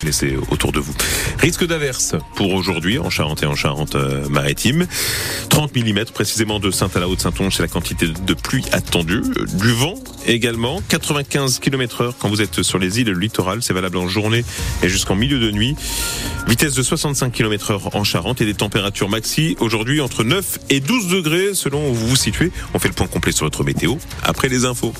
connaissez autour de vous. Risque d'averse pour aujourd'hui en Charente et en Charente-Maritime. 30 mm précisément de Sainte à la Haute-Saintonge, c'est la quantité de pluie attendue. Du vent également, 95 km/h quand vous êtes sur les îles littorales, c'est valable en journée et jusqu'en milieu de nuit. Vitesse de 65 km/h en Charente et des températures maxi aujourd'hui entre 9 et 12 degrés selon où vous vous situez. On fait le point complet sur votre météo après les infos.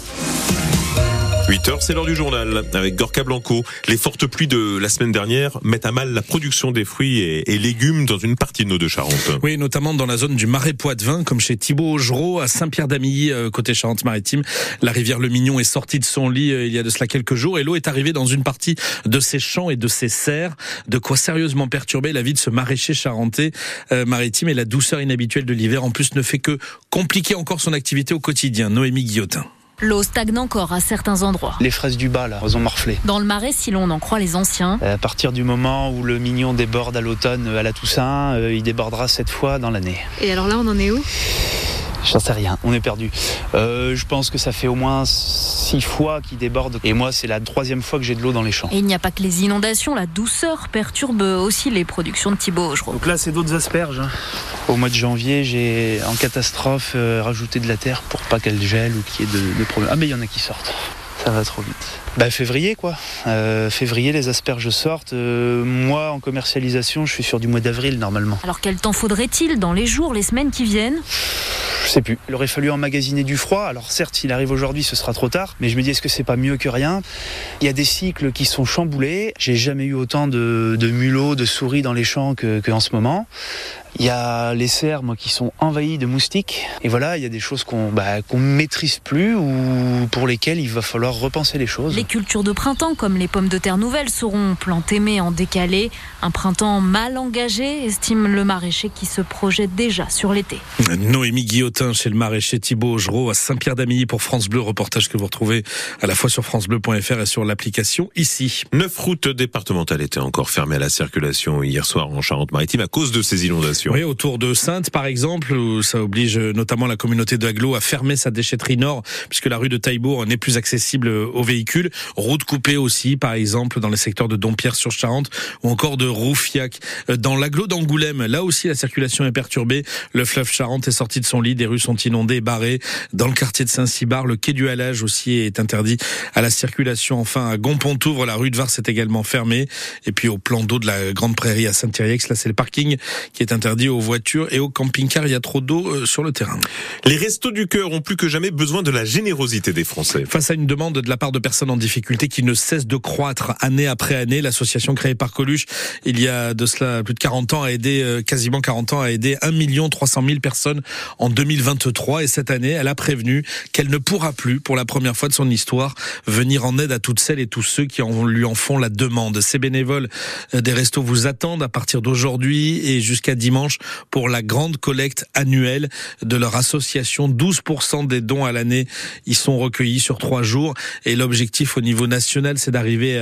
8h, c'est l'heure du journal avec Gorka Blanco. Les fortes pluies de la semaine dernière mettent à mal la production des fruits et légumes dans une partie de nos Deux-Charentes. Oui, notamment dans la zone du Marais Poitevin, comme chez Thibaut Augereau, à Saint-Pierre-d'Amilly, côté Charente-Maritime. La rivière Le Mignon est sortie de son lit il y a de cela quelques jours et l'eau est arrivée dans une partie de ses champs et de ses serres, de quoi sérieusement perturber la vie de ce maraîcher charentais maritime, et la douceur inhabituelle de l'hiver en plus ne fait que compliquer encore son activité au quotidien. Noémie Guillotin. L'eau stagne encore à certains endroits. Les fraises du bas, là, elles ont morflé. Dans le Marais, si l'on en croit les anciens. À partir du moment où le Mignon déborde à l'automne, à la Toussaint, il débordera 7 fois dans l'année. Et alors là, on en est où ? J'en sais rien, on est perdu. Je pense que ça fait au moins 6 fois qu'il déborde. Et moi, c'est la 3e fois que j'ai de l'eau dans les champs. Et il n'y a pas que les inondations, la douceur perturbe aussi les productions de Thibaut Augereau. Donc là, c'est d'autres asperges. Au mois de janvier, j'ai en catastrophe rajouté de la terre pour pas qu'elle gèle ou qu'il y ait de problèmes. Ah mais il y en a qui sortent. Ça va trop vite. Février quoi. Février, les asperges sortent. Moi, en commercialisation, je suis sur du mois d'avril normalement. Alors quel temps faudrait-il dans les jours, les semaines qui viennent ? Je sais plus. Il aurait fallu emmagasiner du froid. Alors certes, s'il arrive aujourd'hui, ce sera trop tard. Mais je me dis, est-ce que c'est pas mieux que rien ? Il y a des cycles qui sont chamboulés. J'ai jamais eu autant de mulots, de souris dans les champs qu'en ce moment. Il y a les cerfs, qui sont envahis de moustiques. Et voilà, il y a des choses qu'on maîtrise plus ou pour lesquelles il va falloir repenser les choses. Les cultures de printemps, comme les pommes de terre nouvelles, seront plantées mais en décalé. Un printemps mal engagé, estime le maraîcher qui se projette déjà sur l'été. Noémie Guillotin chez le maraîcher Thibaut Augereau à Saint-Pierre-d'Amilly pour France Bleu. Reportage que vous retrouvez à la fois sur francebleu.fr et sur l'application ici. 9 routes départementales étaient encore fermées à la circulation hier soir en Charente-Maritime à cause de ces inondations. Oui, autour de Saintes, par exemple, où ça oblige notamment la communauté d'Aglo à fermer sa déchetterie nord, puisque la rue de Taillebourg n'est plus accessible aux véhicules. Route coupée aussi, par exemple, dans les secteurs de Dompierre-sur-Charente, ou encore de Roufiac. Dans l'Aglo d'Angoulême, là aussi, la circulation est perturbée. Le fleuve Charente est sorti de son lit, des rues sont inondées et barrées. Dans le quartier de Saint-Cybard, le quai du Halage aussi est interdit à la circulation. Enfin, à Gonpontouvre, la rue de Vars est également fermée. Et puis, au plan d'eau de la Grande Prairie à Saint-Thierry-Ex, là, c'est le parking qui est interdit aux voitures et aux camping-cars. Il y a trop d'eau sur le terrain. Les Restos du Cœur ont plus que jamais besoin de la générosité des Français. Face à une demande de la part de personnes en difficulté qui ne cesse de croître année après année, l'association créée par Coluche il y a de cela plus de 40 ans a aidé, quasiment 40 ans, a aidé 1 300 000 personnes en 2023. Et cette année, elle a prévenu qu'elle ne pourra plus, pour la première fois de son histoire, venir en aide à toutes celles et tous ceux qui lui en font la demande. Ces bénévoles des Restos vous attendent à partir d'aujourd'hui et jusqu'à dimanche pour la grande collecte annuelle de leur association. 12% des dons à l'année y sont recueillis sur 3 jours. Et l'objectif au niveau national, c'est d'arriver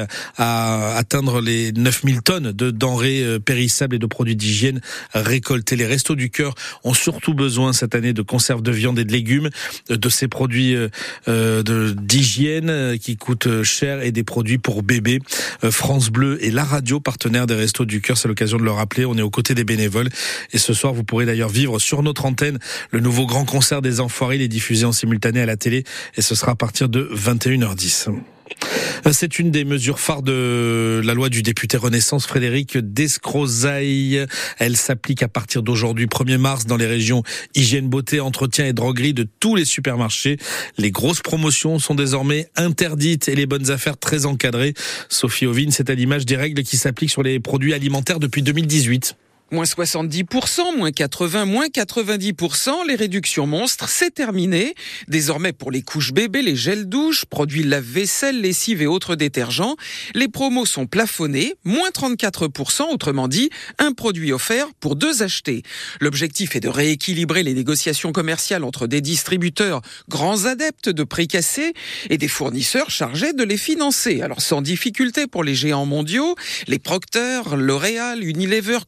à atteindre les 9000 tonnes de denrées périssables et de produits d'hygiène récoltés. Les Restos du Cœur ont surtout besoin cette année de conserves de viande et de légumes, de ces produits d'hygiène qui coûtent cher et des produits pour bébés. France Bleu et la radio partenaire des Restos du Cœur, c'est l'occasion de le rappeler. On est aux côtés des bénévoles. Et ce soir, vous pourrez d'ailleurs vivre sur notre antenne le nouveau grand concert des Enfoirés. Il est diffusé en simultané à la télé et ce sera à partir de 21h10. C'est une des mesures phares de la loi du député Renaissance Frédéric Descrozaille. Elle s'applique à partir d'aujourd'hui 1er mars dans les régions hygiène, beauté, entretien et droguerie de tous les supermarchés. Les grosses promotions sont désormais interdites et les bonnes affaires très encadrées. Sophie Ovine, c'est à l'image des règles qui s'appliquent sur les produits alimentaires depuis 2018. Moins 70%, moins 80%, moins 90%, les réductions monstres, c'est terminé. Désormais, pour les couches bébés, les gels douche, produits lave-vaisselle, lessive et autres détergents, les promos sont plafonnés, moins 34%, autrement dit, un produit offert pour 2 achetés. L'objectif est de rééquilibrer les négociations commerciales entre des distributeurs grands adeptes de prix cassés et des fournisseurs chargés de les financer. Alors, sans difficulté pour les géants mondiaux, les Procter, L'Oréal, Unilever, Colgate,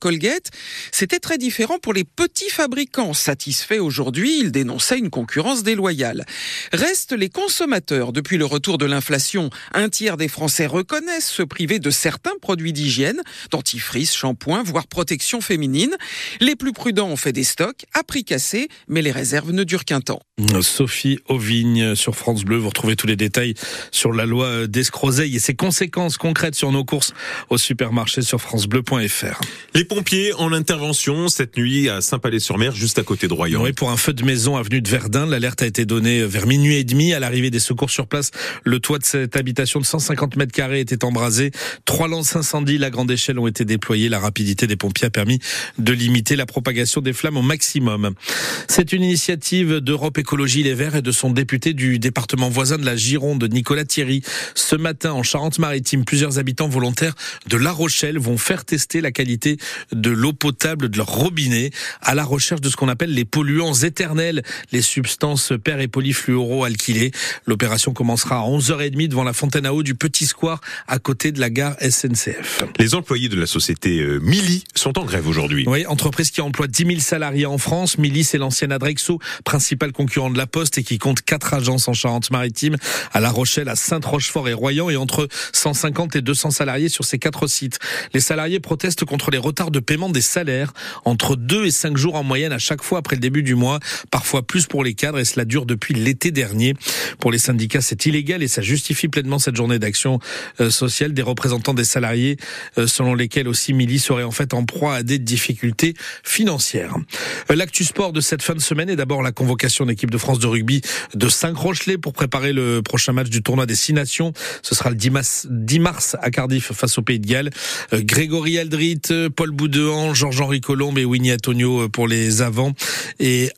fait, c'était très différent pour les petits fabricants. Satisfaits aujourd'hui, ils dénonçaient une concurrence déloyale. Restent les consommateurs. Depuis le retour de l'inflation, un tiers des Français reconnaissent se priver de certains produits d'hygiène, dentifrice, shampoing, voire protection féminine. Les plus prudents ont fait des stocks à prix cassé, mais les réserves ne durent qu'un temps. Sophie Auvigne sur France Bleu. Vous retrouvez tous les détails sur la loi d'Escrozeille et ses conséquences concrètes sur nos courses au supermarché sur francebleu.fr. Les pompiers en intervention cette nuit à Saint-Palais-sur-Mer, juste à côté de Royan. Oui, pour un feu de maison avenue de Verdun. L'alerte a été donnée vers minuit et demi. À l'arrivée des secours sur place, le toit de cette habitation de 150 mètres carrés était embrasé. 3 lances incendie à grande échelle ont été déployées. La rapidité des pompiers a permis de limiter la propagation des flammes au maximum. C'est une initiative d'Europe Écologie Les Verts et de son député du département voisin de la Gironde, Nicolas Thierry. Ce matin, en Charente-Maritime, plusieurs habitants volontaires de La Rochelle vont faire tester la qualité de l'eau potable de leur robinet à la recherche de ce qu'on appelle les polluants éternels, les substances per- et polyfluoroalkylées. L'opération commencera à 11h30 devant la fontaine à eau du Petit Square à côté de la gare SNCF. Les employés de la société Mili sont en grève aujourd'hui. Oui, entreprise qui emploie 10 000 salariés en France. Mili, c'est l'ancienne Adrexo, principal concurrent de la Poste et qui compte 4 agences en Charente-Maritime, à La Rochelle, à Sainte-Rochefort et Royan, et entre 150 et 200 salariés sur ces 4 sites. Les salariés protestent contre les retards de paiement des salaires, entre 2 et 5 jours en moyenne à chaque fois après le début du mois, parfois plus pour les cadres, et cela dure depuis l'été dernier. Pour les syndicats, c'est illégal et ça justifie pleinement cette journée d'action sociale. Des représentants des salariés selon lesquels aussi Mili serait en fait en proie à des difficultés financières. L'actu sport de cette fin de semaine est d'abord la convocation de l'équipe de France de rugby de Saint-Rochelet pour préparer le prochain match du tournoi des 6 nations. Ce sera le 10 mars à Cardiff face au Pays de Galles. Grégory Aldrit, Paul Boudéan, Georges-Henri Colombe et Winnie Antonio pour les avants. Et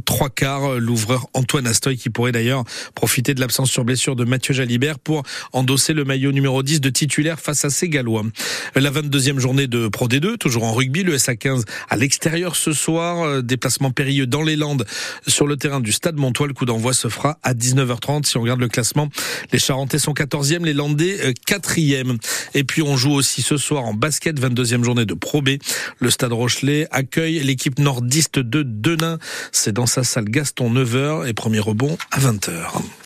1/3, l'ouvreur Antoine Astoy qui pourrait d'ailleurs profiter de l'absence sur blessure de Mathieu Jalibert pour endosser le maillot numéro 10 de titulaire face à ses Gallois. La 22e journée de Pro D2, toujours en rugby, le SA15 à l'extérieur ce soir. Déplacement périlleux dans les Landes sur le terrain du Stade Montois. Le coup d'envoi se fera à 19h30. Si on regarde le classement, les Charentais sont 14e, les Landais 4e. Et puis on joue aussi ce soir en basket, 22e journée de Pro B. Le Stade Rochelet accueille l'équipe nordiste de Denain. C'est dans sa salle Gaston, 9h, et premier rebond à 20h.